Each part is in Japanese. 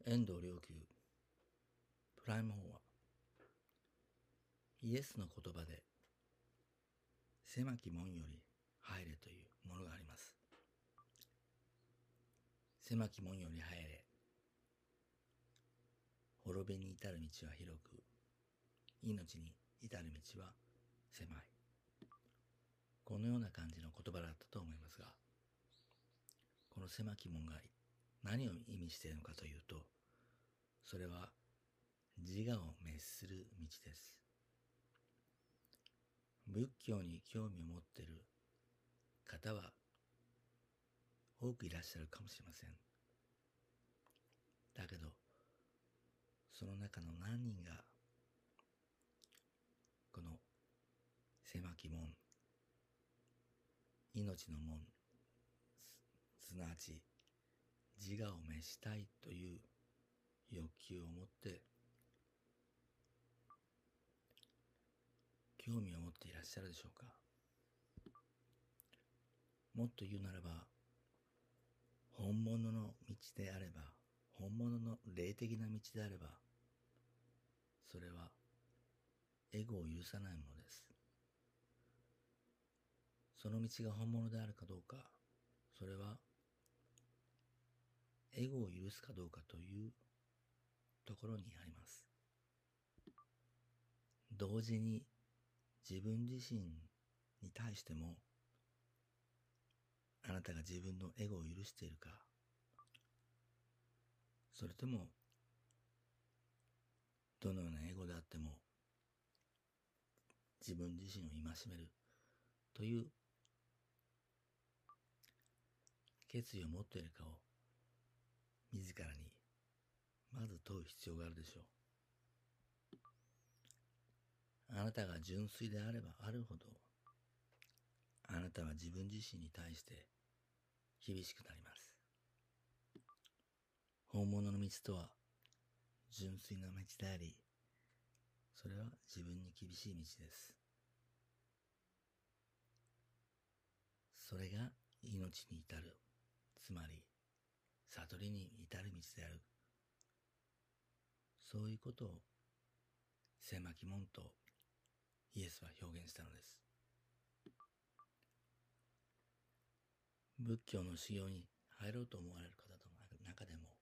遠藤良久プライム法はイエスの言葉で狭き門より入れというものがあります。狭き門より入れ、滅びに至る道は広く、命に至る道は狭い。このような感じの言葉だったと思いますが、この狭き門が何を意味しているのかというと、それは自我を滅する道です。仏教に興味を持っている方は多くいらっしゃるかもしれません。だけど、その中の何人がこの狭き門、命の門、すなわち自我を滅したいという欲求を持って興味を持っていらっしゃるでしょうか。もっと言うならば、本物の道であれば、本物の霊的な道であれば、それはエゴを許さないものです。その道が本物であるかどうか、それはエゴを許すかどうかというところにあります。同時に自分自身に対しても、あなたが自分のエゴを許しているか、それともどのようなエゴであっても自分自身を戒めるという決意を持っているかを自らにまず問う必要があるでしょう。あなたが純粋であればあるほど、あなたは自分自身に対して厳しくなります。本物の道とは純粋な道であり、それは自分に厳しい道です。それが命に至る、つまり悟りに至る道である。そういうことを狭き門とイエスは表現したのです。仏教の修行に入ろうと思われる方の中でも、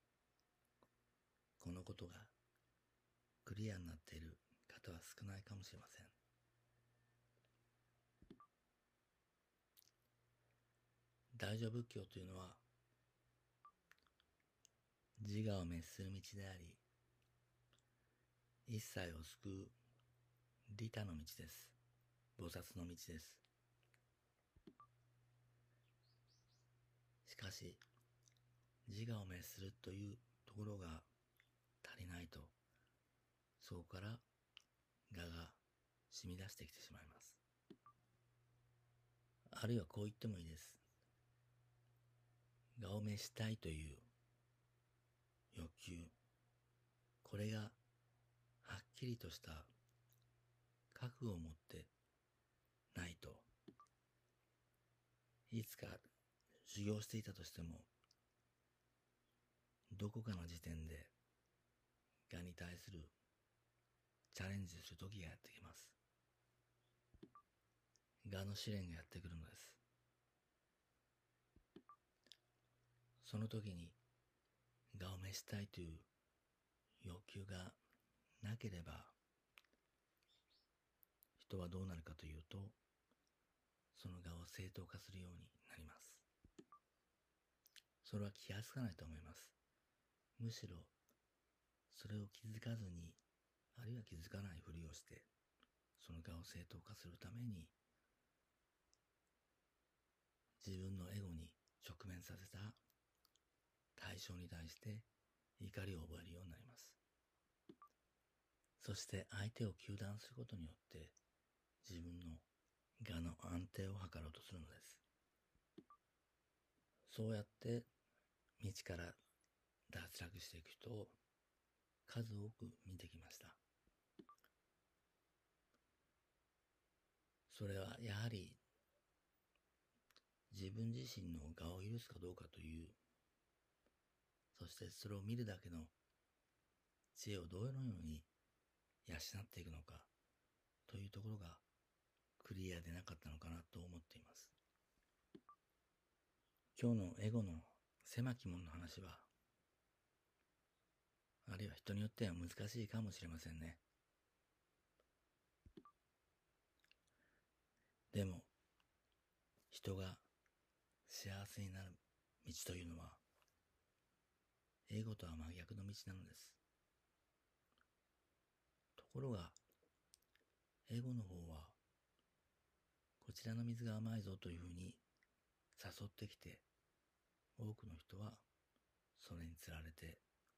このことがクリアになっている方は少ないかもしれません。大乗仏教というのは自我を滅する道であり、一切を救う利他の道です。菩薩の道です。しかし、自我を滅するというところが足りないと、そこから我が染み出してきてしまいます。あるいはこう言ってもいいです。我を滅したいという欲求、これがはっきりとした覚悟を持ってないと、いつか修行していたとしても、どこかの時点で我に対するチャレンジする時がやってきます。我の試練がやってくるのです。その時に我を滅したいという欲求がなければ、人はどうなるかというと、その我を正当化するようになります。それは気がつかないと思います。むしろ、それを気づかずに、あるいは気づかないふりをして、その我を正当化するために、自分のエゴに直面させた対象に対して怒りを覚えるようになります。そして相手を糾弾することによって自分の我の安定を図ろうとするのです。そうやって道から脱落していく人を数多く見てきました。それはやはり自分自身の我を許すかどうかという、 そしてそれを見るだけの知恵をどのように養っていくのかというところがクリアでなかったのかなと思っています。今日のエゴの狭き門の話は、あるいは人によっては難しいかもしれませんね。でも、人が幸せになる道というのは、エゴとは真逆の道なのです。ところが、エゴの方は、こちらの水が甘いぞというふうに誘ってきて、多くの人はそれにつられて、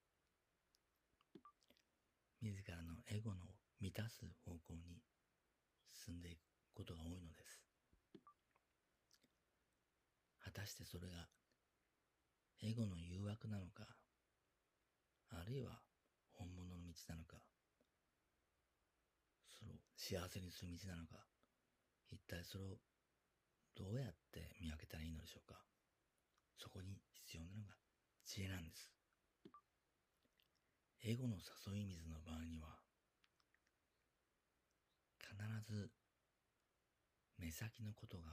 自らのエゴの満たす方向に進んでいくことが多いのです。果たしてそれがエゴの誘惑なのか、あるいは本物の道なのか、それを幸せにする道なのか、一体それをどうやって見分けたらいいのでしょうか。そこに必要なのが知恵なんです。エゴの誘い水の場合には、必ず目先のことが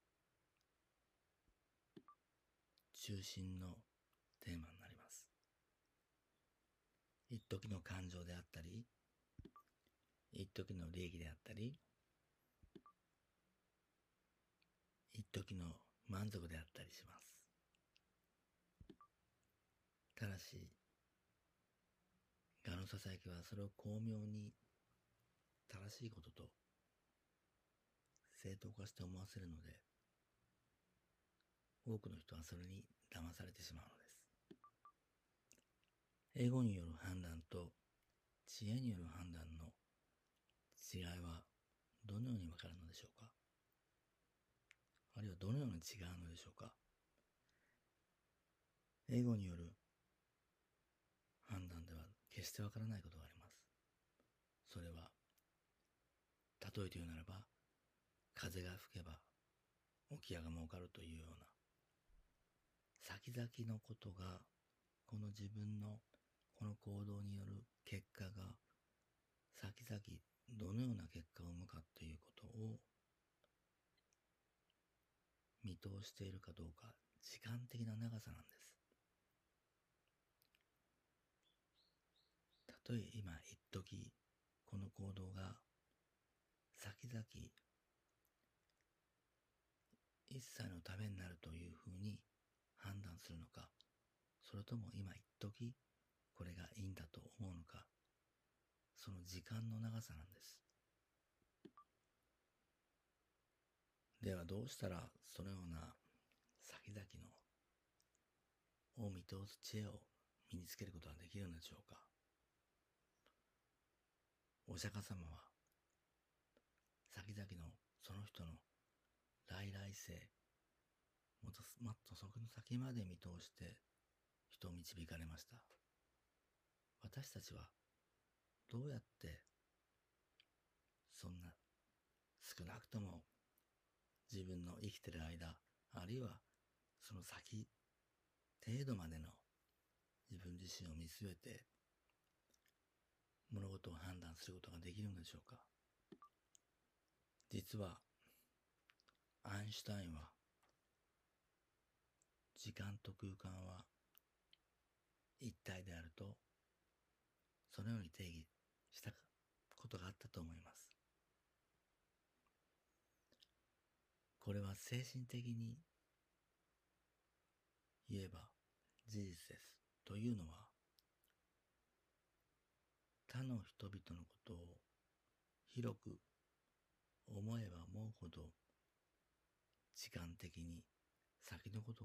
中心のテーマになります。一時の感情であったり、一時の利益であったり、一時の満足であったりします。ただし、我のささやきはそれを巧妙に正しいことと正当化して思わせるので、多くの人はそれに騙されてしまうのです。エゴによる判断と知恵による判断の違いはどのようにわかるのでしょうか。あるいはどのように違うのでしょうか。エゴによる判断では決してわからないことがあります。それは、例えて言うならば、風が吹けば沖屋が儲かるというような、先々のことが、この自分のこの行動による結果が、先々どのような結果を生むかということを見通しているかどうか、時間的な長さなんです。たとえ今一時この行動が先々一切のためになるというふうに判断するのか、それとも今一時これがいいんだと思うのか、その時間の長さなんです。ではどうしたらそのような先々のを見通す知恵を身につけることができるのでしょうか。お釈迦様は先々のその人の来来世、もっとそこの先まで見通して人を導かれました。私たちはどうやってそんな少なくとも自分の生きている間、あるいはその先程度までの自分自身を見据えて物事を判断することができるのでしょうか。実はアインシュタインは時間と空間は一体であるとそのように定義したことがあったと思います。これは精神的に言えば事実です。というのは、他の人々のことを広く思えば思うほど時間的に先のことを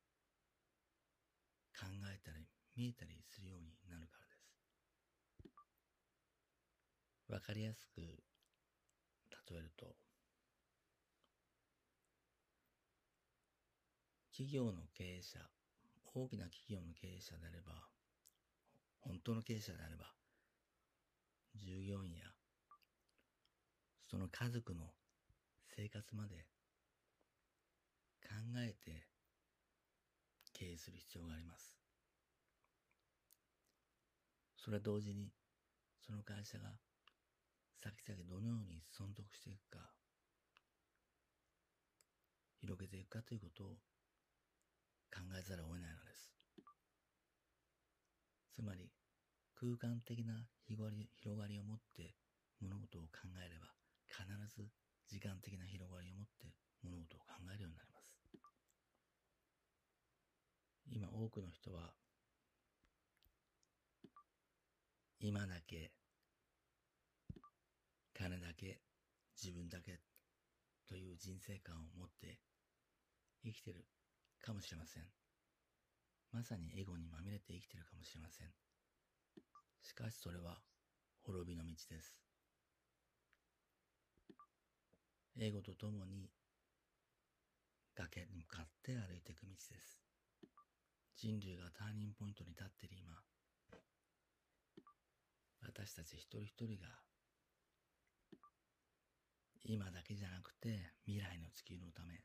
考えたり見えたりするようになるからです。わかりやすく例えると、企業の経営者、大きな企業の経営者であれば、本当の経営者であれば、従業員やその家族の生活まで考えて経営する必要があります。 それ同時にその会社が先々どのように存続していくか、広げていくかということを考えざるを得ないのです。つまり空間的な広がりを持って物事を考えれば、必ず時間的な広がりを持って物事を考えるようになります。今多くの人は今だけ、金だけ、自分だけという人生観を持って生きているかもしれません。まさにエゴにまみれて生きているかもしれません。しかしそれは滅びの道です。エゴとともに崖に向かって歩いていく道です。人類がターニングポイントに立っている今、私たち一人一人が今だけじゃなくて未来の地球のため、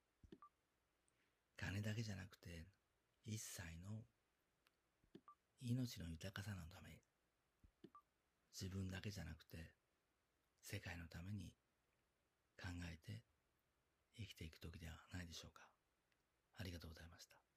金だけじゃなくて一切の命の豊かさのため、自分だけじゃなくて世界のために考えて生きていく時ではないでしょうか。ありがとうございました。